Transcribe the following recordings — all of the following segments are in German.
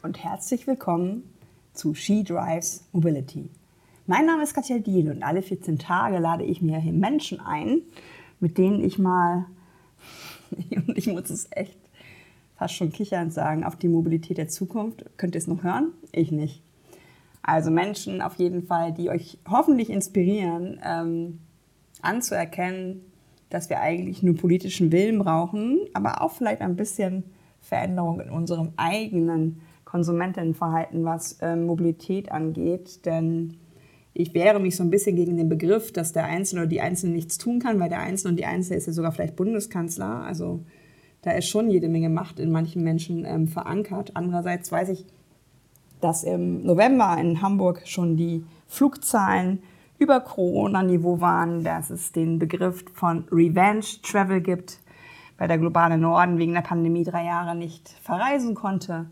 und herzlich willkommen zu She Drives Mobility. Mein Name ist Katja Diel und alle 14 Tage lade ich mir hier Menschen ein, mit denen ich mal, und ich muss es echt fast schon kichernd sagen, auf die Mobilität der Zukunft. Könnt ihr es noch hören? Ich nicht. Also Menschen auf jeden Fall, die euch hoffentlich inspirieren, anzuerkennen, dass wir eigentlich nur politischen Willen brauchen, aber auch vielleicht ein bisschen Veränderung in unserem eigenen Konsumentinnenverhalten, was Mobilität angeht. Denn ich wehre mich so ein bisschen gegen den Begriff, dass der Einzelne oder die Einzelne nichts tun kann, weil der Einzelne und die Einzelne ist ja sogar vielleicht Bundeskanzler. Also da ist schon jede Menge Macht in manchen Menschen verankert. Andererseits weiß ich, dass im November in Hamburg schon die Flugzahlen über Corona-Niveau waren, dass es den Begriff von Revenge Travel gibt, weil der globale Norden wegen der Pandemie 3 Jahre nicht verreisen konnte.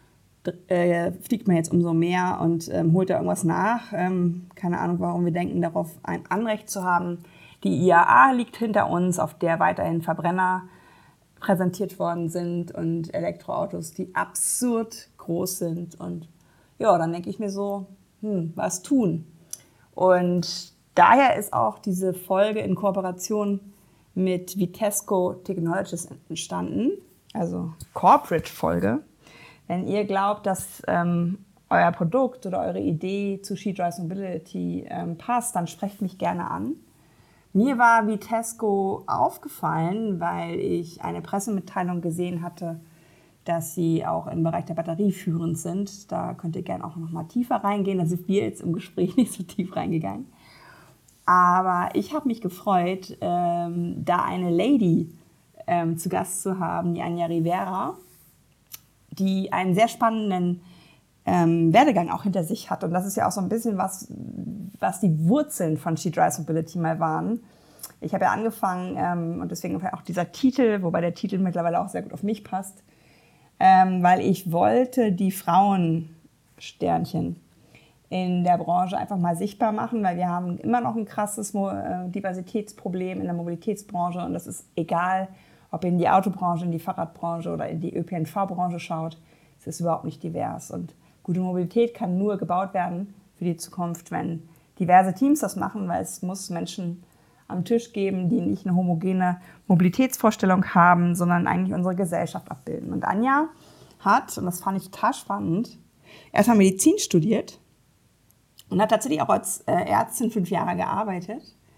Fliegt man jetzt umso mehr und holt da irgendwas nach. Keine Ahnung, warum wir denken, darauf ein Anrecht zu haben. Die IAA liegt hinter uns, auf der weiterhin Verbrenner präsentiert worden sind und Elektroautos, die absurd groß sind. Und ja, dann denke ich mir so, was tun? Und daher ist auch diese Folge in Kooperation mit Vitesco Technologies entstanden, also Corporate-Folge. Wenn ihr glaubt, dass euer Produkt oder eure Idee zu She Drives Mobility passt, dann sprecht mich gerne an. Mir war Vitesco aufgefallen, weil ich eine Pressemitteilung gesehen hatte, dass sie auch im Bereich der Batterie führend sind. Da könnt ihr gerne auch noch mal tiefer reingehen. Da sind wir jetzt im Gespräch nicht so tief reingegangen. Aber ich habe mich gefreut, da eine Lady zu Gast zu haben, die Anja Rivera, die einen sehr spannenden Werdegang auch hinter sich hat. Und das ist ja auch so ein bisschen was die Wurzeln von She Drives Mobility mal waren. Ich habe ja angefangen, und deswegen auch dieser Titel, wobei der Titel mittlerweile auch sehr gut auf mich passt, weil ich wollte die Frauensternchen in der Branche einfach mal sichtbar machen, weil wir haben immer noch ein krasses Diversitätsproblem in der Mobilitätsbranche und das ist egal, ob ihr in die Autobranche, in die Fahrradbranche oder in die ÖPNV-Branche schaut, es ist überhaupt nicht divers und gute Mobilität kann nur gebaut werden für die Zukunft, wenn diverse Teams das machen, weil es muss Menschen am Tisch geben, die nicht eine homogene Mobilitätsvorstellung haben, sondern eigentlich unsere Gesellschaft abbilden. Und Anja hat, und das fand ich total spannend, erstmal Medizin studiert und hat tatsächlich auch als Ärztin 5 Jahre gearbeitet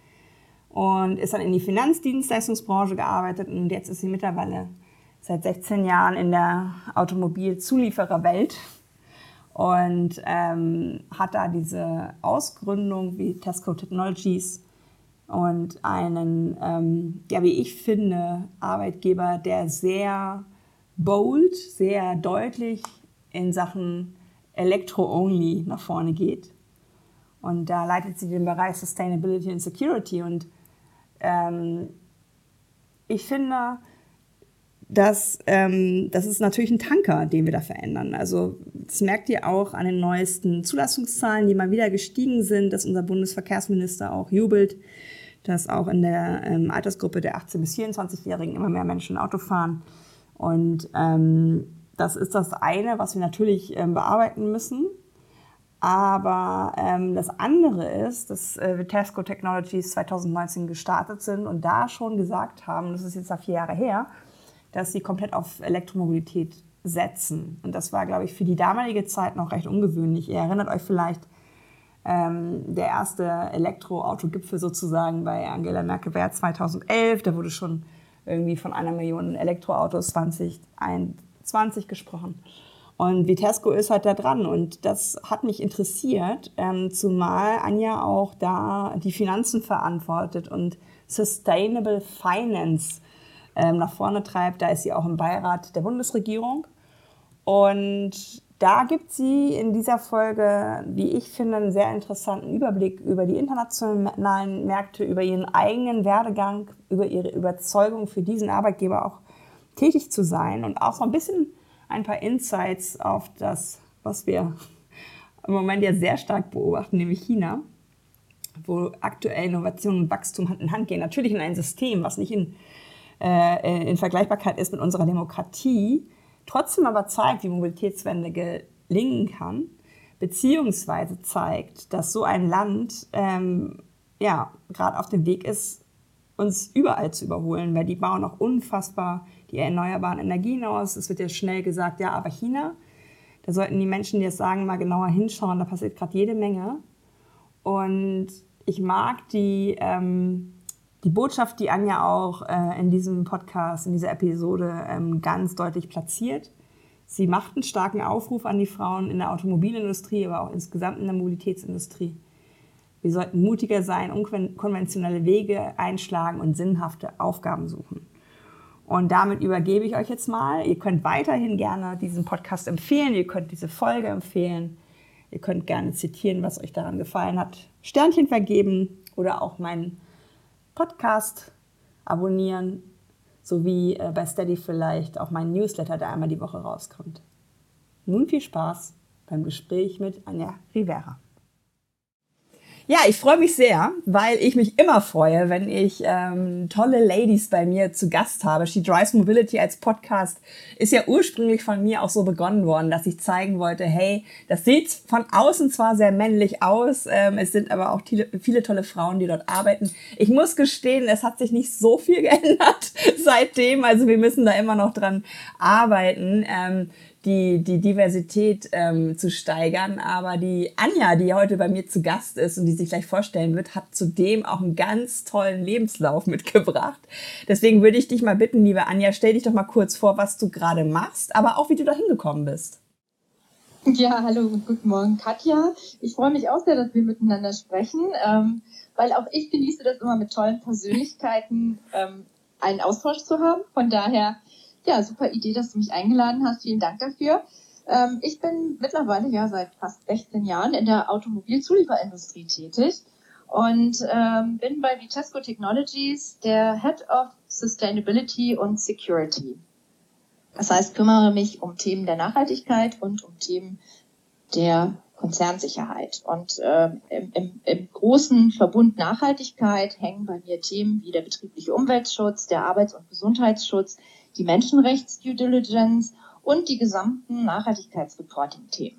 und ist dann in die Finanzdienstleistungsbranche gearbeitet und jetzt ist sie mittlerweile seit 16 Jahren in der Automobilzuliefererwelt und hat da diese Ausgründung wie Vitesco Technologies und einen, wie ich finde, Arbeitgeber, der sehr bold, sehr deutlich in Sachen Elektro-Only nach vorne geht. Und da leitet sie den Bereich Sustainability and Security. Und ich finde, das ist natürlich ein Tanker, den wir da verändern. Also das merkt ihr auch an den neuesten Zulassungszahlen, die mal wieder gestiegen sind, dass unser Bundesverkehrsminister auch jubelt, dass auch in der Altersgruppe der 18- bis 24-Jährigen immer mehr Menschen Auto fahren. Und das ist das eine, was wir natürlich bearbeiten müssen. Aber das andere ist, dass Vitesco Technologies 2019 gestartet sind und da schon gesagt haben, das ist jetzt 4 Jahre her, dass sie komplett auf Elektromobilität setzen. Und das war, glaube ich, für die damalige Zeit noch recht ungewöhnlich. Ihr erinnert euch vielleicht, der erste Elektroauto-Gipfel sozusagen bei Angela Merkel war 2011. Da wurde schon irgendwie von 1 Million Elektroautos 2021 gesprochen. Und Vitesco ist halt da dran und das hat mich interessiert, zumal Anja auch da die Finanzen verantwortet und Sustainable Finance nach vorne treibt. Da ist sie auch im Beirat der Bundesregierung und da gibt sie in dieser Folge, wie ich finde, einen sehr interessanten Überblick über die internationalen Märkte, über ihren eigenen Werdegang, über ihre Überzeugung für diesen Arbeitgeber auch tätig zu sein und auch so ein bisschen ein paar Insights auf das, was wir im Moment ja sehr stark beobachten, nämlich China, wo aktuell Innovation und Wachstum Hand in Hand gehen. Natürlich in ein System, was nicht in Vergleichbarkeit ist mit unserer Demokratie, trotzdem aber zeigt, wie Mobilitätswende gelingen kann, beziehungsweise zeigt, dass so ein Land gerade auf dem Weg ist, uns überall zu überholen, weil die bauen auch unfassbar die erneuerbaren Energien aus. Es wird ja schnell gesagt, ja, aber China, da sollten die Menschen, die das sagen, mal genauer hinschauen, da passiert gerade jede Menge. Und ich mag die Botschaft, die Anja auch in diesem Podcast, in dieser Episode ganz deutlich platziert. Sie macht einen starken Aufruf an die Frauen in der Automobilindustrie, aber auch insgesamt in der Mobilitätsindustrie. Wir sollten mutiger sein, unkonventionelle Wege einschlagen und sinnhafte Aufgaben suchen. Und damit übergebe ich euch jetzt mal. Ihr könnt weiterhin gerne diesen Podcast empfehlen, ihr könnt diese Folge empfehlen, ihr könnt gerne zitieren, was euch daran gefallen hat, Sternchen vergeben oder auch meinen Podcast abonnieren, sowie bei Steady vielleicht auch meinen Newsletter, der einmal die Woche rauskommt. Nun viel Spaß beim Gespräch mit Anja Rivera. Ja, ich freue mich sehr, weil ich mich immer freue, wenn ich tolle Ladies bei mir zu Gast habe. She Drives Mobility als Podcast ist ja ursprünglich von mir auch so begonnen worden, dass ich zeigen wollte, hey, das sieht von außen zwar sehr männlich aus, es sind aber auch viele tolle Frauen, die dort arbeiten. Ich muss gestehen, es hat sich nicht so viel geändert seitdem, also wir müssen da immer noch dran arbeiten. Die Diversität zu steigern. Aber die Anja, die heute bei mir zu Gast ist und die sich gleich vorstellen wird, hat zudem auch einen ganz tollen Lebenslauf mitgebracht. Deswegen würde ich dich mal bitten, liebe Anja, stell dich doch mal kurz vor, was du gerade machst, aber auch wie du da hingekommen bist. Ja, hallo und guten Morgen, Katja. Ich freue mich auch sehr, dass wir miteinander sprechen, weil auch ich genieße das immer mit tollen Persönlichkeiten einen Austausch zu haben. Von daher ja, super Idee, dass du mich eingeladen hast. Vielen Dank dafür. Ich bin mittlerweile ja seit fast 16 Jahren in der Automobilzulieferindustrie tätig und bin bei Vitesco Technologies der Head of Sustainability und Security. Das heißt, kümmere mich um Themen der Nachhaltigkeit und um Themen der Konzernsicherheit. Und im großen Verbund Nachhaltigkeit hängen bei mir Themen wie der betriebliche Umweltschutz, der Arbeits- und Gesundheitsschutz, die Menschenrechts-Due Diligence und die gesamten Nachhaltigkeitsreporting-Themen.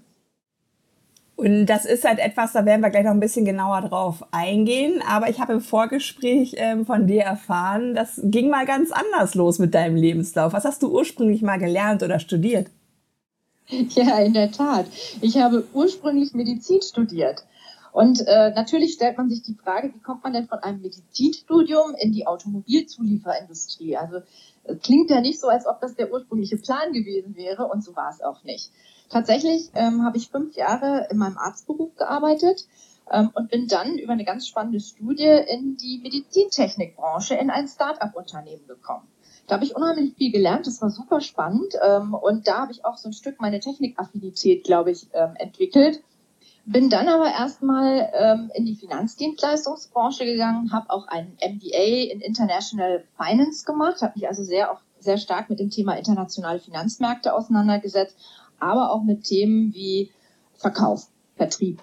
Und das ist halt etwas, da werden wir gleich noch ein bisschen genauer drauf eingehen. Aber ich habe im Vorgespräch von dir erfahren, das ging mal ganz anders los mit deinem Lebenslauf. Was hast du ursprünglich mal gelernt oder studiert? Ja, in der Tat. Ich habe ursprünglich Medizin studiert. Und natürlich stellt man sich die Frage, wie kommt man denn von einem Medizinstudium in die Automobilzulieferindustrie? Also klingt ja nicht so, als ob das der ursprüngliche Plan gewesen wäre, und so war es auch nicht. Tatsächlich habe ich 5 Jahre in meinem Arztberuf gearbeitet und bin dann über eine ganz spannende Studie in die Medizintechnikbranche in ein Start-up-Unternehmen gekommen. Da habe ich unheimlich viel gelernt, das war super spannend und da habe ich auch so ein Stück meine Technikaffinität, glaube ich, entwickelt. Bin dann aber erstmal in die Finanzdienstleistungsbranche gegangen, habe auch einen MBA in International Finance gemacht, habe mich also sehr stark mit dem Thema internationale Finanzmärkte auseinandergesetzt, aber auch mit Themen wie Verkauf, Vertrieb.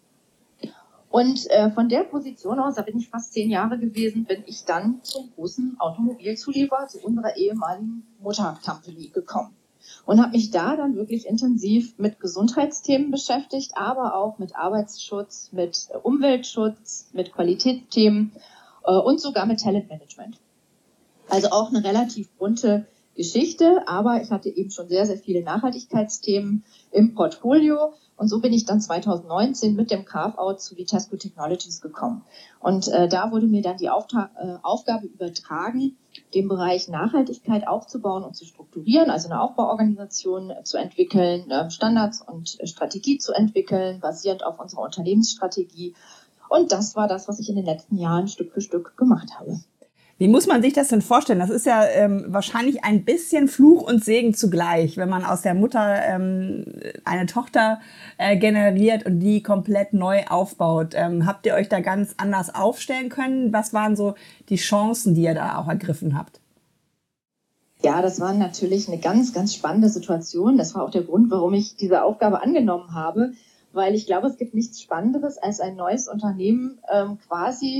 Und von der Position aus, da bin ich fast 10 Jahre gewesen, bin ich dann zum großen Automobilzulieferer, zu unserer ehemaligen Muttercompany gekommen. Und habe mich da dann wirklich intensiv mit Gesundheitsthemen beschäftigt, aber auch mit Arbeitsschutz, mit Umweltschutz, mit Qualitätsthemen und sogar mit Talentmanagement. Also auch eine relativ bunte Geschichte, aber ich hatte eben schon sehr, sehr viele Nachhaltigkeitsthemen im Portfolio und so bin ich dann 2019 mit dem Carve-out zu Vitesco Technologies gekommen. Und da wurde mir dann die Aufgabe übertragen, den Bereich Nachhaltigkeit aufzubauen und zu strukturieren, also eine Aufbauorganisation zu entwickeln, Standards und Strategie zu entwickeln, basierend auf unserer Unternehmensstrategie. Und das war das, was ich in den letzten Jahren Stück für Stück gemacht habe. Wie muss man sich das denn vorstellen? Das ist ja wahrscheinlich ein bisschen Fluch und Segen zugleich, wenn man aus der Mutter eine Tochter generiert und die komplett neu aufbaut. Habt ihr euch da ganz anders aufstellen können? Was waren so die Chancen, die ihr da auch ergriffen habt? Ja, das war natürlich eine ganz, ganz spannende Situation. Das war auch der Grund, warum ich diese Aufgabe angenommen habe, weil ich glaube, es gibt nichts Spannenderes, als ein neues Unternehmen quasi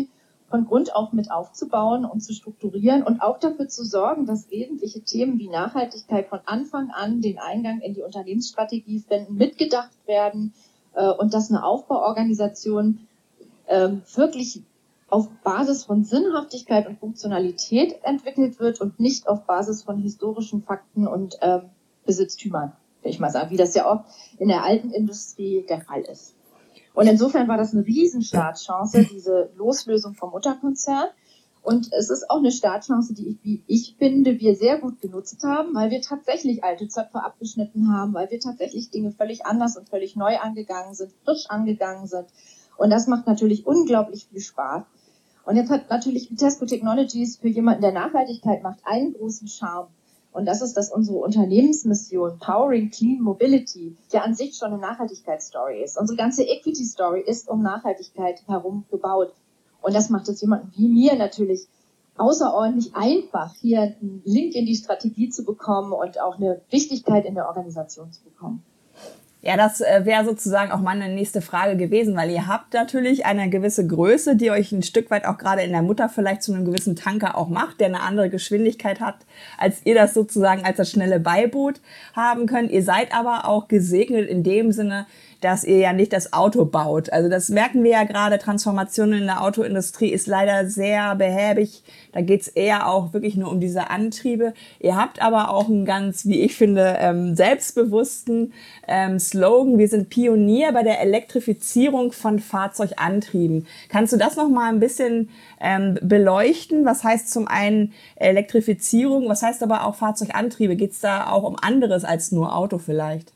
von Grund auf mit aufzubauen und zu strukturieren und auch dafür zu sorgen, dass wesentliche Themen wie Nachhaltigkeit von Anfang an den Eingang in die Unternehmensstrategie finden, mitgedacht werden und dass eine Aufbauorganisation wirklich auf Basis von Sinnhaftigkeit und Funktionalität entwickelt wird und nicht auf Basis von historischen Fakten und Besitztümern, will ich mal sagen, wie das ja auch in der alten Industrie der Fall ist. Und insofern war das eine Riesenstartchance, diese Loslösung vom Mutterkonzern. Und es ist auch eine Startchance, die wie ich finde, wir sehr gut genutzt haben, weil wir tatsächlich alte Zöpfe abgeschnitten haben, weil wir tatsächlich Dinge völlig anders und völlig neu angegangen sind, frisch angegangen sind. Und das macht natürlich unglaublich viel Spaß. Und jetzt hat natürlich Vitesco Technologies für jemanden, der Nachhaltigkeit macht, einen großen Charme. Und das ist, dass unsere Unternehmensmission Powering Clean Mobility ja an sich schon eine Nachhaltigkeitsstory ist. Unsere ganze Equity-Story ist um Nachhaltigkeit herum gebaut. Und das macht es jemanden wie mir natürlich außerordentlich einfach, hier einen Link in die Strategie zu bekommen und auch eine Wichtigkeit in der Organisation zu bekommen. Ja, das wäre sozusagen auch meine nächste Frage gewesen, weil ihr habt natürlich eine gewisse Größe, die euch ein Stück weit auch gerade in der Mutter vielleicht zu einem gewissen Tanker auch macht, der eine andere Geschwindigkeit hat, als ihr das sozusagen als das schnelle Beiboot haben könnt. Ihr seid aber auch gesegnet in dem Sinne, dass ihr ja nicht das Auto baut. Also das merken wir ja gerade, Transformation in der Autoindustrie ist leider sehr behäbig. Da geht's eher auch wirklich nur um diese Antriebe. Ihr habt aber auch einen ganz, wie ich finde, selbstbewussten Slogan. Wir sind Pionier bei der Elektrifizierung von Fahrzeugantrieben. Kannst du das noch mal ein bisschen beleuchten? Was heißt zum einen Elektrifizierung, was heißt aber auch Fahrzeugantriebe? Geht's da auch um anderes als nur Auto vielleicht?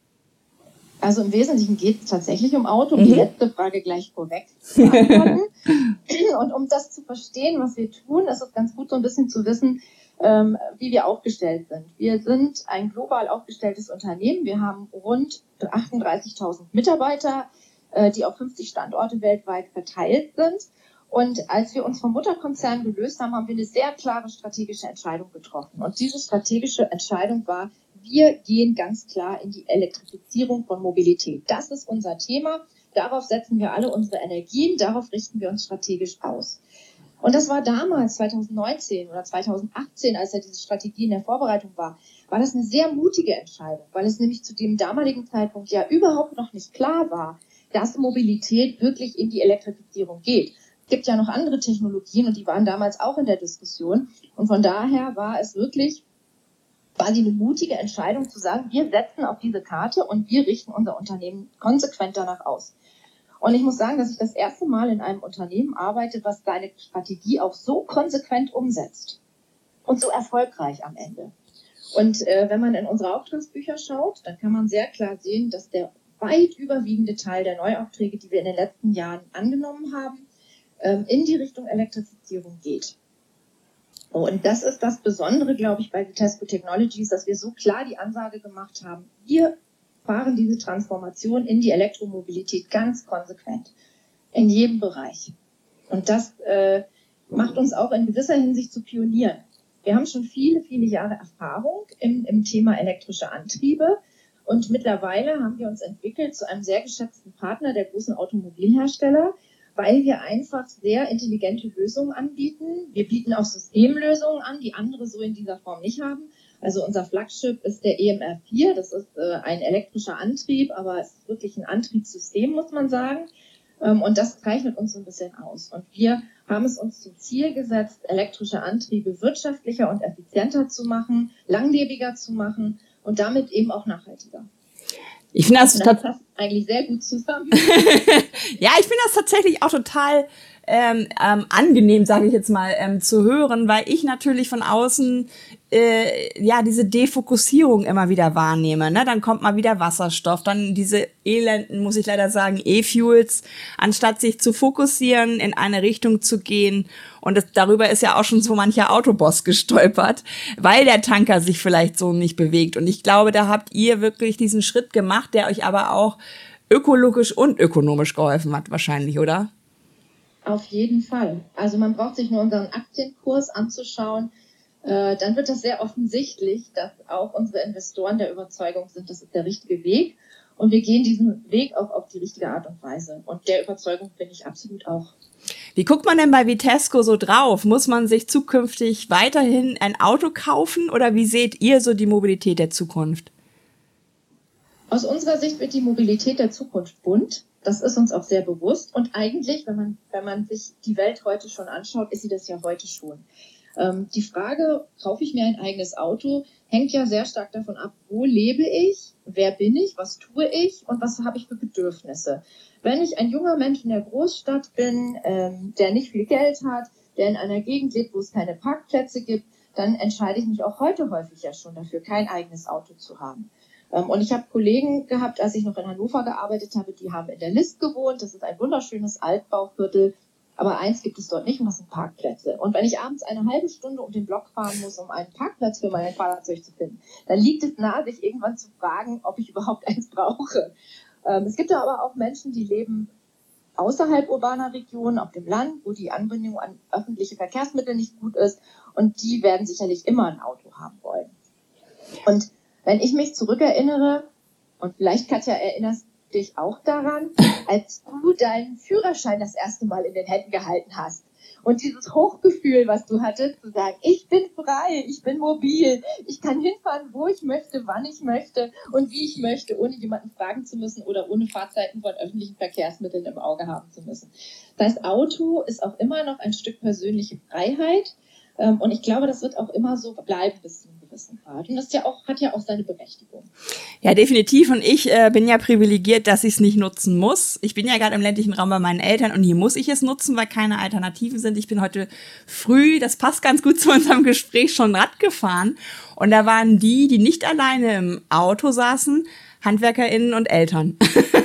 Also im Wesentlichen geht es tatsächlich um Auto, um die letzte Frage gleich vorweg zu beantworten. Und um das zu verstehen, was wir tun, ist es ganz gut, so ein bisschen zu wissen, wie wir aufgestellt sind. Wir sind ein global aufgestelltes Unternehmen. Wir haben rund 38.000 Mitarbeiter, die auf 50 Standorte weltweit verteilt sind. Und als wir uns vom Mutterkonzern gelöst haben, haben wir eine sehr klare strategische Entscheidung getroffen. Und diese strategische Entscheidung war, wir gehen ganz klar in die Elektrifizierung von Mobilität. Das ist unser Thema. Darauf setzen wir alle unsere Energien. Darauf richten wir uns strategisch aus. Und das war damals, 2019 oder 2018, als ja diese Strategie in der Vorbereitung war das eine sehr mutige Entscheidung, weil es nämlich zu dem damaligen Zeitpunkt ja überhaupt noch nicht klar war, dass Mobilität wirklich in die Elektrifizierung geht. Es gibt ja noch andere Technologien und die waren damals auch in der Diskussion. Und von daher war es wirklich quasi eine mutige Entscheidung zu sagen, wir setzen auf diese Karte und wir richten unser Unternehmen konsequent danach aus. Und ich muss sagen, dass ich das erste Mal in einem Unternehmen arbeite, was seine Strategie auch so konsequent umsetzt und so erfolgreich am Ende. Und wenn man in unsere Auftragsbücher schaut, dann kann man sehr klar sehen, dass der weit überwiegende Teil der Neuaufträge, die wir in den letzten Jahren angenommen haben, in die Richtung Elektrifizierung geht. Und das ist das Besondere, glaube ich, bei Vitesco Technologies, dass wir so klar die Ansage gemacht haben, wir fahren diese Transformation in die Elektromobilität ganz konsequent, in jedem Bereich. Und das macht uns auch in gewisser Hinsicht zu Pionieren. Wir haben schon viele, viele Jahre Erfahrung im Thema elektrische Antriebe und mittlerweile haben wir uns entwickelt zu einem sehr geschätzten Partner der großen Automobilhersteller, weil wir einfach sehr intelligente Lösungen anbieten. Wir bieten auch Systemlösungen an, die andere so in dieser Form nicht haben. Also unser Flagship ist der EMR4, das ist ein elektrischer Antrieb, aber es ist wirklich ein Antriebssystem, muss man sagen. Und das zeichnet uns so ein bisschen aus. Und wir haben es uns zum Ziel gesetzt, elektrische Antriebe wirtschaftlicher und effizienter zu machen, langlebiger zu machen und damit eben auch nachhaltiger. Ich finde das passt eigentlich sehr gut zusammen. Ja, ich finde das tatsächlich auch total angenehm, sage ich jetzt mal, zu hören, weil ich natürlich von außen diese Defokussierung immer wieder wahrnehme. Ne? Dann kommt mal wieder Wasserstoff, dann diese elenden, muss ich leider sagen, E-Fuels, anstatt sich zu fokussieren, in eine Richtung zu gehen. Und darüber ist ja auch schon so mancher Autoboss gestolpert, weil der Tanker sich vielleicht so nicht bewegt. Und ich glaube, da habt ihr wirklich diesen Schritt gemacht, der euch aber auch ökologisch und ökonomisch geholfen hat wahrscheinlich, oder? Auf jeden Fall. Also man braucht sich nur unseren Aktienkurs anzuschauen. Dann wird das sehr offensichtlich, dass auch unsere Investoren der Überzeugung sind, das ist der richtige Weg. Und wir gehen diesen Weg auch auf die richtige Art und Weise. Und der Überzeugung bin ich absolut auch. Wie guckt man denn bei Vitesco so drauf? Muss man sich zukünftig weiterhin ein Auto kaufen oder wie seht ihr so die Mobilität der Zukunft? Aus unserer Sicht wird die Mobilität der Zukunft bunt. Das ist uns auch sehr bewusst. Und eigentlich, wenn man sich die Welt heute schon anschaut, ist sie das ja heute schon. Die Frage, kaufe ich mir ein eigenes Auto, hängt ja sehr stark davon ab, wo lebe ich, wer bin ich, was tue ich und was habe ich für Bedürfnisse. Wenn ich ein junger Mensch in der Großstadt bin, der nicht viel Geld hat, der in einer Gegend lebt, wo es keine Parkplätze gibt, dann entscheide ich mich auch heute häufig ja schon dafür, kein eigenes Auto zu haben. Und ich habe Kollegen gehabt, als ich noch in Hannover gearbeitet habe, die haben in der List gewohnt. Das ist ein wunderschönes Altbauviertel. Aber eins gibt es dort nicht und das sind Parkplätze. Und wenn ich abends eine halbe Stunde um den Block fahren muss, um einen Parkplatz für mein Fahrzeug zu finden, dann liegt es nahe, sich irgendwann zu fragen, ob ich überhaupt eins brauche. Es gibt aber auch Menschen, die leben außerhalb urbaner Regionen, auf dem Land, wo die Anbindung an öffentliche Verkehrsmittel nicht gut ist. Und die werden sicherlich immer ein Auto haben wollen. Und wenn ich mich zurückerinnere, und vielleicht, Katja, erinnerst dich auch daran, als du deinen Führerschein das erste Mal in den Händen gehalten hast. Und dieses Hochgefühl, was du hattest, zu sagen, ich bin frei, ich bin mobil, ich kann hinfahren, wo ich möchte, wann ich möchte und wie ich möchte, ohne jemanden fragen zu müssen oder ohne Fahrzeiten von öffentlichen Verkehrsmitteln im Auge haben zu müssen. Das Auto ist auch immer noch ein Stück persönliche Freiheit. Und ich glaube, das wird auch immer so bleiben bis zu einem gewissen Grad. Und das hat ja auch seine Berechtigung. Ja, definitiv. Und ich bin ja privilegiert, dass ich es nicht nutzen muss. Ich bin ja gerade im ländlichen Raum bei meinen Eltern und hier muss ich es nutzen, weil keine Alternativen sind. Ich bin heute früh, das passt ganz gut zu unserem Gespräch, schon Rad gefahren. Und da waren die nicht alleine im Auto saßen, HandwerkerInnen und Eltern.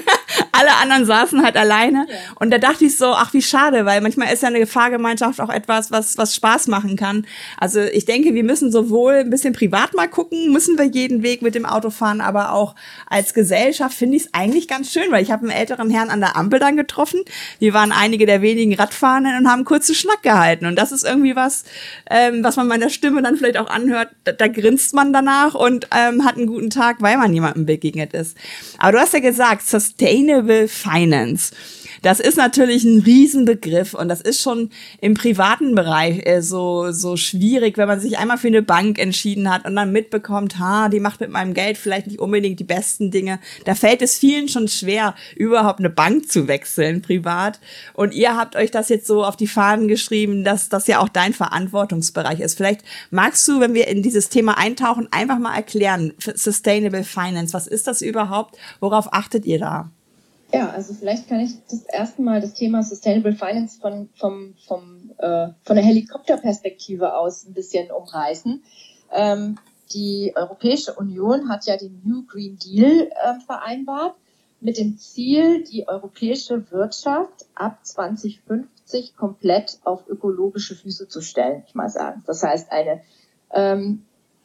Alle anderen saßen halt alleine. Ja. Und da dachte ich so, ach, wie schade, weil manchmal ist ja eine Fahrgemeinschaft auch etwas, was Spaß machen kann. Also ich denke, wir müssen sowohl ein bisschen privat mal gucken, müssen wir jeden Weg mit dem Auto fahren, aber auch als Gesellschaft finde ich es eigentlich ganz schön, weil ich habe einen älteren Herrn an der Ampel dann getroffen. Wir waren einige der wenigen Radfahrenden und haben kurzen Schnack gehalten. Und das ist irgendwie was man meiner Stimme dann vielleicht auch anhört. Da grinst man danach und hat einen guten Tag, weil man jemandem begegnet ist. Aber du hast ja gesagt, Sustainable Finance. Das ist natürlich ein Riesenbegriff und das ist schon im privaten Bereich so schwierig, wenn man sich einmal für eine Bank entschieden hat und dann mitbekommt, die macht mit meinem Geld vielleicht nicht unbedingt die besten Dinge. Da fällt es vielen schon schwer, überhaupt eine Bank zu wechseln, privat. Und ihr habt euch das jetzt so auf die Fahnen geschrieben, dass das ja auch dein Verantwortungsbereich ist. Vielleicht magst du, wenn wir in dieses Thema eintauchen, einfach mal erklären, Sustainable Finance, was ist das überhaupt? Worauf achtet ihr da? Ja, also vielleicht kann ich das erste Mal das Thema Sustainable Finance von der Helikopterperspektive aus ein bisschen umreißen. Die Europäische Union hat ja den New Green Deal vereinbart mit dem Ziel, die europäische Wirtschaft ab 2050 komplett auf ökologische Füße zu stellen, ich mal sagen. Das heißt, eine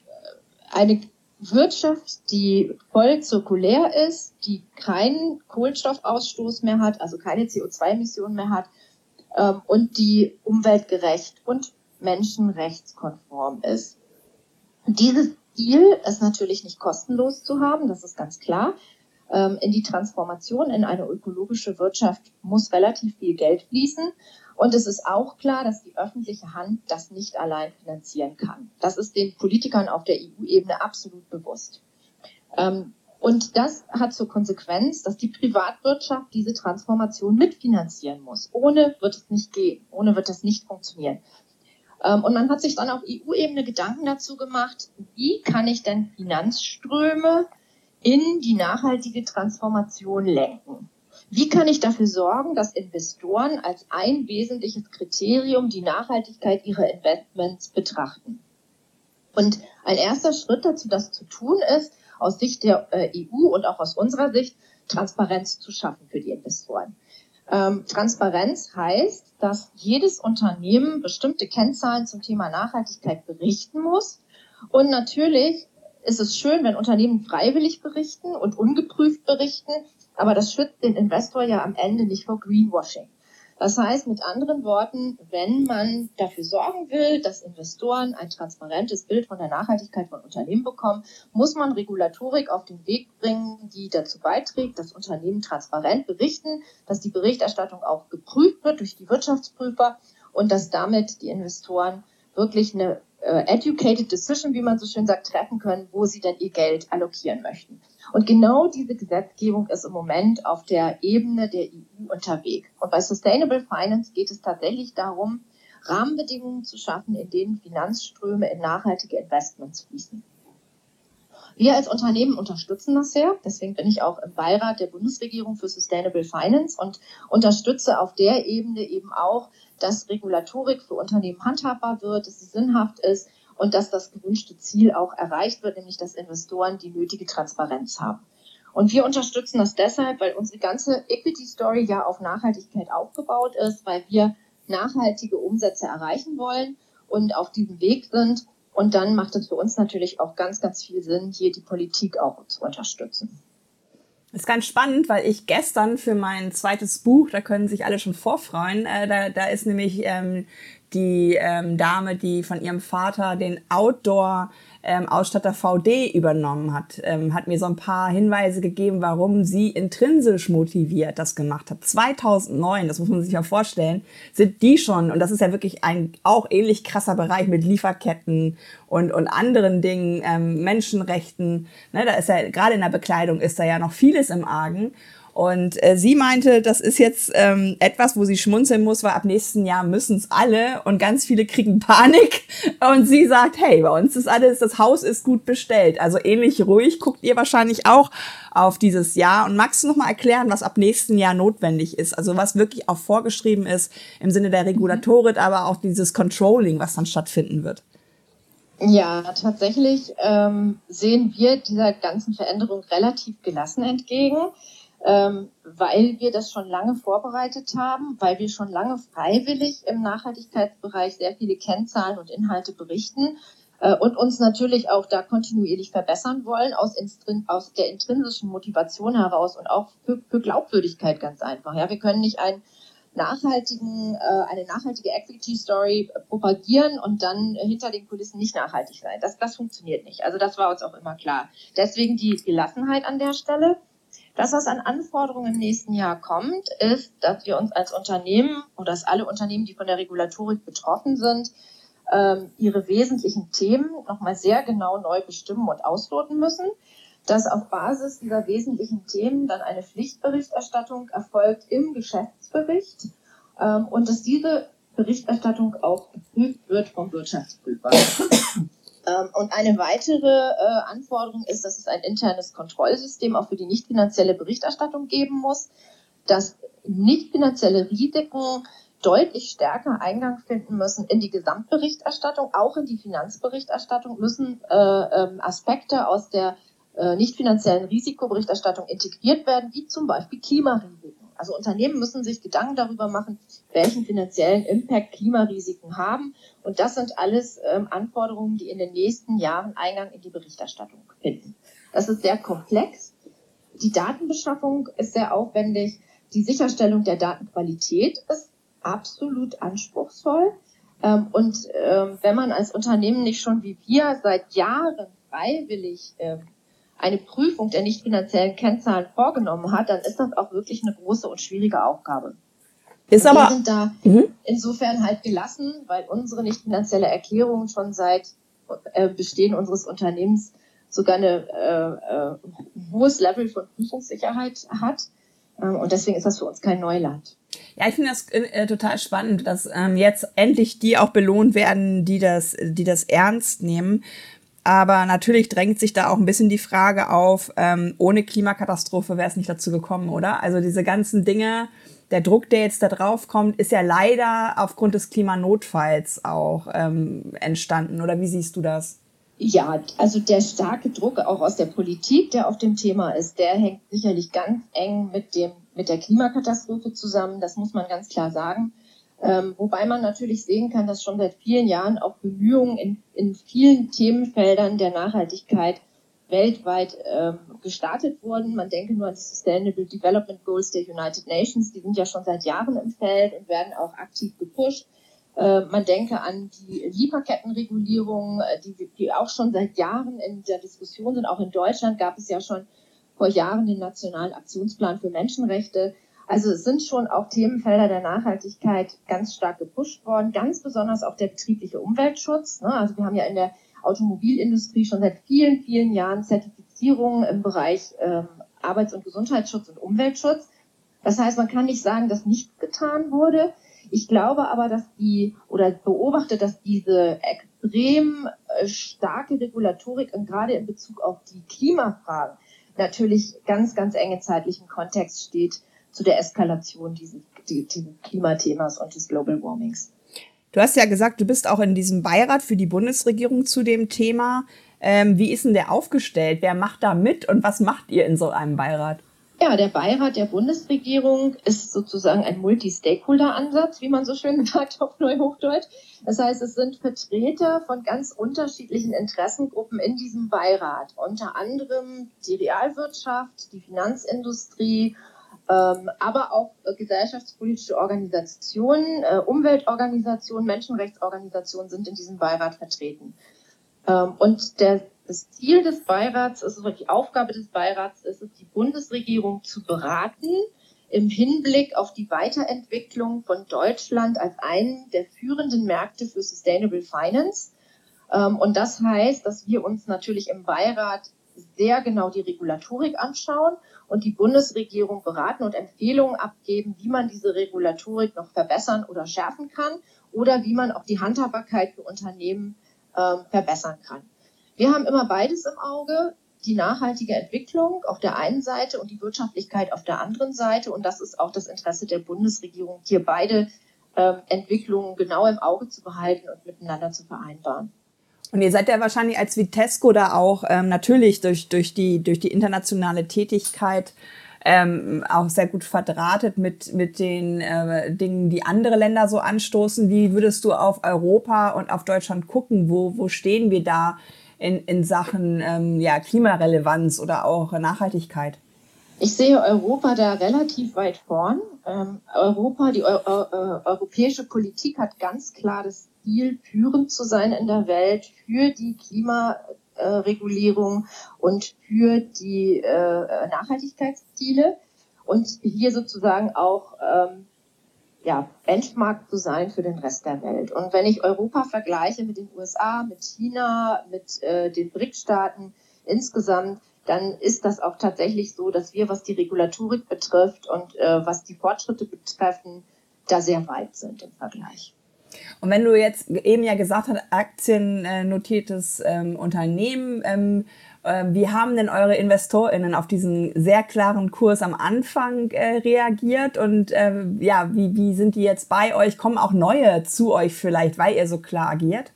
Wirtschaft, die voll zirkulär ist, die keinen Kohlenstoffausstoß mehr hat, also keine CO2-Emissionen mehr hat und die umweltgerecht und menschenrechtskonform ist. Und dieses Ziel ist natürlich nicht kostenlos zu haben, das ist ganz klar. In die Transformation in eine ökologische Wirtschaft muss relativ viel Geld fließen. Und es ist auch klar, dass die öffentliche Hand das nicht allein finanzieren kann. Das ist den Politikern auf der EU-Ebene absolut bewusst. Und das hat zur Konsequenz, dass die Privatwirtschaft diese Transformation mitfinanzieren muss. Ohne wird es nicht gehen, ohne wird es nicht funktionieren. Und man hat sich dann auf EU-Ebene Gedanken dazu gemacht, wie kann ich denn Finanzströme in die nachhaltige Transformation lenken? Wie kann ich dafür sorgen, dass Investoren als ein wesentliches Kriterium die Nachhaltigkeit ihrer Investments betrachten? Und ein erster Schritt dazu, das zu tun, ist, aus Sicht der EU und auch aus unserer Sicht, Transparenz zu schaffen für die Investoren. Transparenz heißt, dass jedes Unternehmen bestimmte Kennzahlen zum Thema Nachhaltigkeit berichten muss. Und natürlich ist es schön, wenn Unternehmen freiwillig berichten und ungeprüft berichten, aber das schützt den Investor ja am Ende nicht vor Greenwashing. Das heißt mit anderen Worten, wenn man dafür sorgen will, dass Investoren ein transparentes Bild von der Nachhaltigkeit von Unternehmen bekommen, muss man Regulatorik auf den Weg bringen, die dazu beiträgt, dass Unternehmen transparent berichten, dass die Berichterstattung auch geprüft wird durch die Wirtschaftsprüfer und dass damit die Investoren wirklich eine educated decision, wie man so schön sagt, treffen können, wo sie denn ihr Geld allokieren möchten. Und genau diese Gesetzgebung ist im Moment auf der Ebene der EU unterwegs. Und bei Sustainable Finance geht es tatsächlich darum, Rahmenbedingungen zu schaffen, in denen Finanzströme in nachhaltige Investments fließen. Wir als Unternehmen unterstützen das sehr. Deswegen bin ich auch im Beirat der Bundesregierung für Sustainable Finance und unterstütze auf der Ebene eben auch, dass Regulatorik für Unternehmen handhabbar wird, dass sie sinnhaft ist und dass das gewünschte Ziel auch erreicht wird, nämlich dass Investoren die nötige Transparenz haben. Und wir unterstützen das deshalb, weil unsere ganze Equity-Story ja auf Nachhaltigkeit aufgebaut ist, weil wir nachhaltige Umsätze erreichen wollen und auf diesem Weg sind. Und dann macht es für uns natürlich auch ganz, ganz viel Sinn, hier die Politik auch zu unterstützen. Das ist ganz spannend, weil ich gestern für mein zweites Buch, da können sich alle schon vorfreuen, da ist nämlich die Dame, die von ihrem Vater den Outdoor-Ausstatter VD übernommen hat, hat mir so ein paar Hinweise gegeben, warum sie intrinsisch motiviert das gemacht hat. 2009, das muss man sich ja vorstellen, sind die schon, und das ist ja wirklich ein auch ähnlich krasser Bereich mit Lieferketten und anderen Dingen, Menschenrechten, ne, da ist ja, gerade in der Bekleidung ist da ja noch vieles im Argen. Und sie meinte, das ist jetzt etwas, wo sie schmunzeln muss, weil ab nächsten Jahr müssen es alle und ganz viele kriegen Panik. Und sie sagt, hey, bei uns ist alles, das Haus ist gut bestellt. Also ähnlich ruhig guckt ihr wahrscheinlich auch auf dieses Jahr. Und magst du noch mal erklären, was ab nächsten Jahr notwendig ist? Also was wirklich auch vorgeschrieben ist im Sinne der Regulatorik, aber auch dieses Controlling, was dann stattfinden wird. Ja, tatsächlich sehen wir dieser ganzen Veränderung relativ gelassen entgegen. Weil wir das schon lange vorbereitet haben, weil wir schon lange freiwillig im Nachhaltigkeitsbereich sehr viele Kennzahlen und Inhalte berichten und uns natürlich auch da kontinuierlich verbessern wollen, aus der intrinsischen Motivation heraus und auch für Glaubwürdigkeit ganz einfach. Ja, wir können nicht eine nachhaltige Equity Story propagieren und dann hinter den Kulissen nicht nachhaltig sein. Das funktioniert nicht. Also das war uns auch immer klar. Deswegen die Gelassenheit an der Stelle. Das, was an Anforderungen im nächsten Jahr kommt, ist, dass wir uns als Unternehmen oder dass alle Unternehmen, die von der Regulatorik betroffen sind, ihre wesentlichen Themen nochmal sehr genau neu bestimmen und ausloten müssen. Dass auf Basis dieser wesentlichen Themen dann eine Pflichtberichterstattung erfolgt im Geschäftsbericht und dass diese Berichterstattung auch geprüft wird vom Wirtschaftsprüfer. Und eine weitere Anforderung ist, dass es ein internes Kontrollsystem auch für die nicht finanzielle Berichterstattung geben muss, dass nicht finanzielle Risiken deutlich stärker Eingang finden müssen in die Gesamtberichterstattung, auch in die Finanzberichterstattung müssen Aspekte aus der nicht finanziellen Risikoberichterstattung integriert werden, wie zum Beispiel Klimarisiken. Also Unternehmen müssen sich Gedanken darüber machen, welchen finanziellen Impact Klimarisiken haben. Und das sind alles Anforderungen, die in den nächsten Jahren Eingang in die Berichterstattung finden. Das ist sehr komplex. Die Datenbeschaffung ist sehr aufwendig. Die Sicherstellung der Datenqualität ist absolut anspruchsvoll. Und wenn man als Unternehmen nicht schon wie wir seit Jahren freiwillig eine Prüfung der nicht finanziellen Kennzahlen vorgenommen hat, dann ist das auch wirklich eine große und schwierige Aufgabe. Wir sind da insofern halt gelassen, weil unsere nicht finanzielle Erklärung schon seit Bestehen unseres Unternehmens sogar ein hohes Level von Prüfungssicherheit hat. Und deswegen ist das für uns kein Neuland. Ja, ich finde das total spannend, dass jetzt endlich die auch belohnt werden, die das ernst nehmen. Aber natürlich drängt sich da auch ein bisschen die Frage auf, ohne Klimakatastrophe wäre es nicht dazu gekommen, oder? Also diese ganzen Dinge, der Druck, der jetzt da drauf kommt, ist ja leider aufgrund des Klimanotfalls auch entstanden. Oder wie siehst du das? Ja, also der starke Druck auch aus der Politik, der auf dem Thema ist, der hängt sicherlich ganz eng mit der Klimakatastrophe zusammen. Das muss man ganz klar sagen. Wobei man natürlich sehen kann, dass schon seit vielen Jahren auch Bemühungen in vielen Themenfeldern der Nachhaltigkeit weltweit gestartet wurden. Man denke nur an die Sustainable Development Goals der United Nations, die sind ja schon seit Jahren im Feld und werden auch aktiv gepusht. Man denke an die Lieferkettenregulierung, die auch schon seit Jahren in der Diskussion sind. Auch in Deutschland gab es ja schon vor Jahren den Nationalen Aktionsplan für Menschenrechte. Also es sind schon auch Themenfelder der Nachhaltigkeit ganz stark gepusht worden, ganz besonders auch der betriebliche Umweltschutz. Also wir haben ja in der Automobilindustrie schon seit vielen, vielen Jahren Zertifizierungen im Bereich Arbeits- und Gesundheitsschutz und Umweltschutz. Das heißt, man kann nicht sagen, dass nichts getan wurde. Ich glaube aber, beobachte, dass diese extrem starke Regulatorik und gerade in Bezug auf die Klimafragen natürlich ganz, ganz eng im zeitlichen Kontext steht zu der Eskalation dieses Klimathemas und des Global Warmings. Du hast ja gesagt, du bist auch in diesem Beirat für die Bundesregierung zu dem Thema. Wie ist denn der aufgestellt? Wer macht da mit und was macht ihr in so einem Beirat? Ja, der Beirat der Bundesregierung ist sozusagen ein Multi-Stakeholder-Ansatz, wie man so schön sagt auf Neuhochdeutsch. Das heißt, es sind Vertreter von ganz unterschiedlichen Interessengruppen in diesem Beirat. Unter anderem die Realwirtschaft, die Finanzindustrie, aber auch gesellschaftspolitische Organisationen, Umweltorganisationen, Menschenrechtsorganisationen sind in diesem Beirat vertreten. Und das Ziel des Beirats ist, oder die Aufgabe des Beirats ist es, die Bundesregierung zu beraten im Hinblick auf die Weiterentwicklung von Deutschland als einen der führenden Märkte für Sustainable Finance. Und das heißt, dass wir uns natürlich im Beirat sehr genau die Regulatorik anschauen und die Bundesregierung beraten und Empfehlungen abgeben, wie man diese Regulatorik noch verbessern oder schärfen kann oder wie man auch die Handhabbarkeit für Unternehmen verbessern kann. Wir haben immer beides im Auge, die nachhaltige Entwicklung auf der einen Seite und die Wirtschaftlichkeit auf der anderen Seite. Und das ist auch das Interesse der Bundesregierung, hier beide Entwicklungen genau im Auge zu behalten und miteinander zu vereinbaren. Und ihr seid ja wahrscheinlich als Vitesco da auch natürlich durch die internationale Tätigkeit auch sehr gut verdrahtet mit den Dingen, die andere Länder so anstoßen. Wie würdest du auf Europa und auf Deutschland gucken? Wo stehen wir da in Sachen Klimarelevanz oder auch Nachhaltigkeit? Ich sehe Europa da relativ weit vorn. Die europäische Politik hat ganz klar das Ziel, führend zu sein in der Welt für die Klimaregulierung und für die Nachhaltigkeitsziele und hier sozusagen auch Benchmark zu sein für den Rest der Welt. Und wenn ich Europa vergleiche mit den USA, mit China, mit den BRIC-Staaten insgesamt, dann ist das auch tatsächlich so, dass wir, was die Regulatorik betrifft und was die Fortschritte betreffen, da sehr weit sind im Vergleich. Und wenn du jetzt eben ja gesagt hast, aktiennotiertes Unternehmen, wie haben denn eure InvestorInnen auf diesen sehr klaren Kurs am Anfang reagiert und wie sind die jetzt bei euch? Kommen auch neue zu euch vielleicht, weil ihr so klar agiert?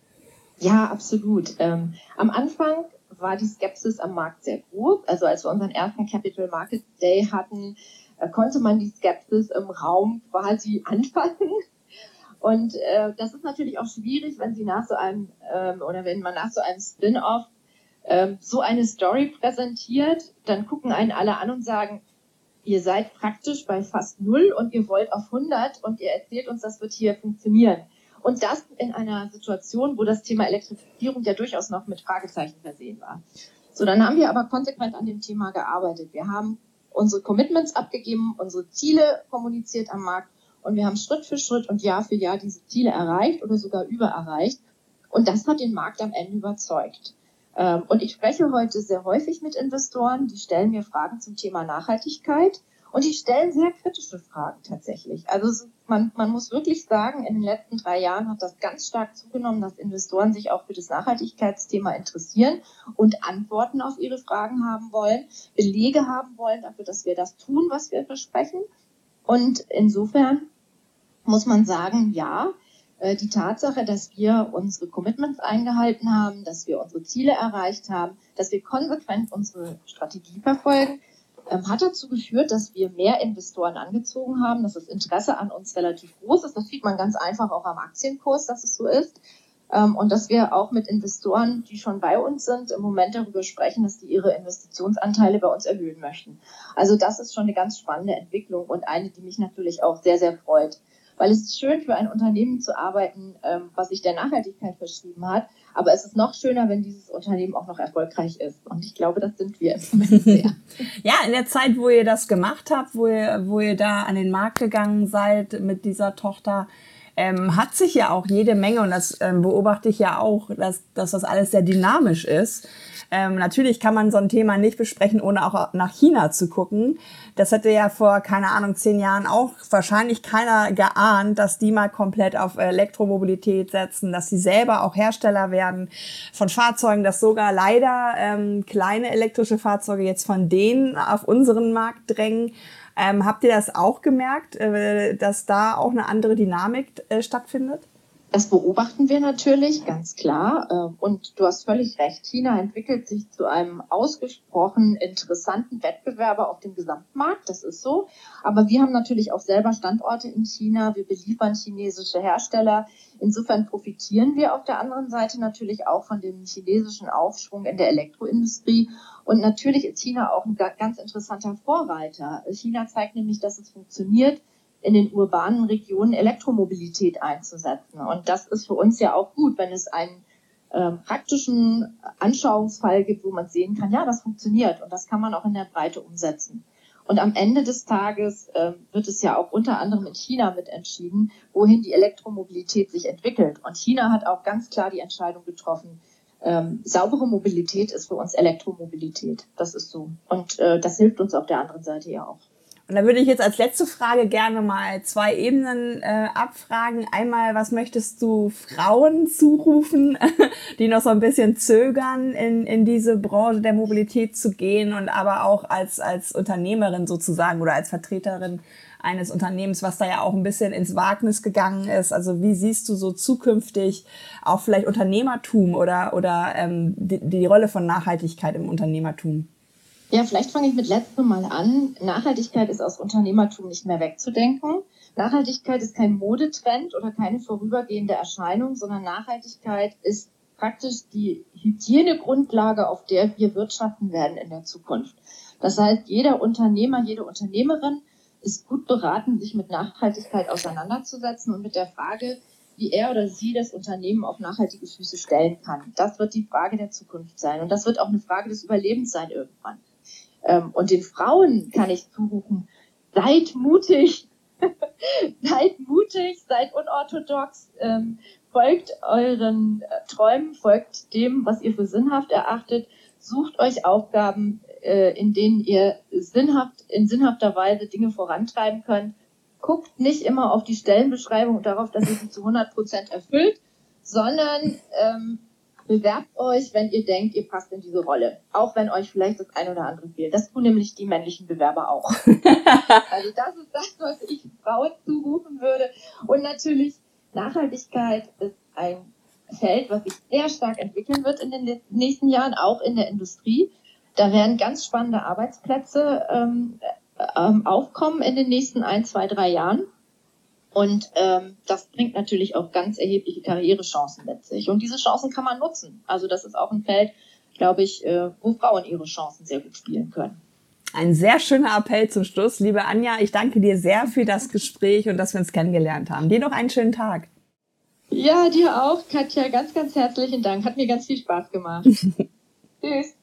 Ja, absolut. Am Anfang war die Skepsis am Markt sehr groß. Also als wir unseren ersten Capital Markets Day hatten, konnte man die Skepsis im Raum quasi anfassen. Und das ist natürlich auch schwierig, wenn Sie nach so einem wenn man nach so einem Spin-off so eine Story präsentiert, dann gucken einen alle an und sagen, ihr seid praktisch bei fast 0 und ihr wollt auf 100 und ihr erzählt uns, das wird hier funktionieren. Und das in einer Situation, wo das Thema Elektrifizierung ja durchaus noch mit Fragezeichen versehen war. So, dann haben wir aber konsequent an dem Thema gearbeitet. Wir haben unsere Commitments abgegeben, unsere Ziele kommuniziert am Markt und wir haben Schritt für Schritt und Jahr für Jahr diese Ziele erreicht oder sogar übererreicht. Und das hat den Markt am Ende überzeugt. Und ich spreche heute sehr häufig mit Investoren, die stellen mir Fragen zum Thema Nachhaltigkeit und die stellen sehr kritische Fragen tatsächlich. Also man muss wirklich sagen, in den letzten 3 Jahren hat das ganz stark zugenommen, dass Investoren sich auch für das Nachhaltigkeitsthema interessieren und Antworten auf ihre Fragen haben wollen, Belege haben wollen dafür, dass wir das tun, was wir versprechen. Und insofern muss man sagen, ja, die Tatsache, dass wir unsere Commitments eingehalten haben, dass wir unsere Ziele erreicht haben, dass wir konsequent unsere Strategie verfolgen, hat dazu geführt, dass wir mehr Investoren angezogen haben, dass das Interesse an uns relativ groß ist. Das sieht man ganz einfach auch am Aktienkurs, dass es so ist. Und dass wir auch mit Investoren, die schon bei uns sind, im Moment darüber sprechen, dass die ihre Investitionsanteile bei uns erhöhen möchten. Also das ist schon eine ganz spannende Entwicklung und eine, die mich natürlich auch sehr, sehr freut. Weil es ist schön, für ein Unternehmen zu arbeiten, was sich der Nachhaltigkeit verschrieben hat. Aber es ist noch schöner, wenn dieses Unternehmen auch noch erfolgreich ist. Und ich glaube, das sind wir im Moment sehr. Ja, in der Zeit, wo ihr das gemacht habt, wo ihr da an den Markt gegangen seid mit dieser Tochter, hat sich ja auch jede Menge, und das beobachte ich ja auch, dass das alles sehr dynamisch ist. Natürlich kann man so ein Thema nicht besprechen, ohne auch nach China zu gucken. Das hätte ja vor, keine Ahnung, 10 Jahren auch wahrscheinlich keiner geahnt, dass die mal komplett auf Elektromobilität setzen, dass sie selber auch Hersteller werden von Fahrzeugen, dass sogar leider kleine elektrische Fahrzeuge jetzt von denen auf unseren Markt drängen. Habt ihr das auch gemerkt, dass da auch eine andere Dynamik stattfindet? Das beobachten wir natürlich, ganz klar. Und du hast völlig recht, China entwickelt sich zu einem ausgesprochen interessanten Wettbewerber auf dem Gesamtmarkt, das ist so. Aber wir haben natürlich auch selber Standorte in China, wir beliefern chinesische Hersteller. Insofern profitieren wir auf der anderen Seite natürlich auch von dem chinesischen Aufschwung in der Elektroindustrie. Und natürlich ist China auch ein ganz interessanter Vorreiter. China zeigt nämlich, dass es funktioniert, in den urbanen Regionen Elektromobilität einzusetzen. Und das ist für uns ja auch gut, wenn es einen praktischen Anschauungsfall gibt, wo man sehen kann, ja, das funktioniert und das kann man auch in der Breite umsetzen. Und am Ende des Tages wird es ja auch unter anderem in China mit entschieden, wohin die Elektromobilität sich entwickelt. Und China hat auch ganz klar die Entscheidung getroffen, saubere Mobilität ist für uns Elektromobilität. Das ist so. Und das hilft uns auf der anderen Seite ja auch. Und da würde ich jetzt als letzte Frage gerne mal 2 Ebenen abfragen. Einmal, was möchtest du Frauen zurufen, die noch so ein bisschen zögern, in diese Branche der Mobilität zu gehen, und aber auch als Unternehmerin sozusagen oder als Vertreterin eines Unternehmens, was da ja auch ein bisschen ins Wagnis gegangen ist. Also wie siehst du so zukünftig auch vielleicht Unternehmertum oder die Rolle von Nachhaltigkeit im Unternehmertum? Ja, vielleicht fange ich mit letztem Mal an. Nachhaltigkeit ist aus Unternehmertum nicht mehr wegzudenken. Nachhaltigkeit ist kein Modetrend oder keine vorübergehende Erscheinung, sondern Nachhaltigkeit ist praktisch die Hygienegrundlage, auf der wir wirtschaften werden in der Zukunft. Das heißt, jeder Unternehmer, jede Unternehmerin ist gut beraten, sich mit Nachhaltigkeit auseinanderzusetzen und mit der Frage, wie er oder sie das Unternehmen auf nachhaltige Füße stellen kann. Das wird die Frage der Zukunft sein. Und das wird auch eine Frage des Überlebens sein irgendwann. Und den Frauen kann ich zurufen, seid mutig, seid unorthodox, folgt euren Träumen, folgt dem, was ihr für sinnhaft erachtet, sucht euch Aufgaben, in denen ihr in sinnhafter Weise Dinge vorantreiben könnt. Guckt nicht immer auf die Stellenbeschreibung und darauf, dass ihr sie zu 100% erfüllt, sondern bewerbt euch, wenn ihr denkt, ihr passt in diese Rolle. Auch wenn euch vielleicht das ein oder andere fehlt. Das tun nämlich die männlichen Bewerber auch. Also das ist das, was ich Frauen zurufen würde. Und natürlich, Nachhaltigkeit ist ein Feld, was sich sehr stark entwickeln wird in den nächsten Jahren, auch in der Industrie. Da werden ganz spannende Arbeitsplätze aufkommen in den nächsten 1, 2, 3 Jahren. Und das bringt natürlich auch ganz erhebliche Karrierechancen mit sich. Und diese Chancen kann man nutzen. Also das ist auch ein Feld, glaube ich, wo Frauen ihre Chancen sehr gut spielen können. Ein sehr schöner Appell zum Schluss. Liebe Anja, ich danke dir sehr für das Gespräch und dass wir uns kennengelernt haben. Dir noch einen schönen Tag. Ja, dir auch, Katja. Ganz, ganz herzlichen Dank. Hat mir ganz viel Spaß gemacht. Tschüss.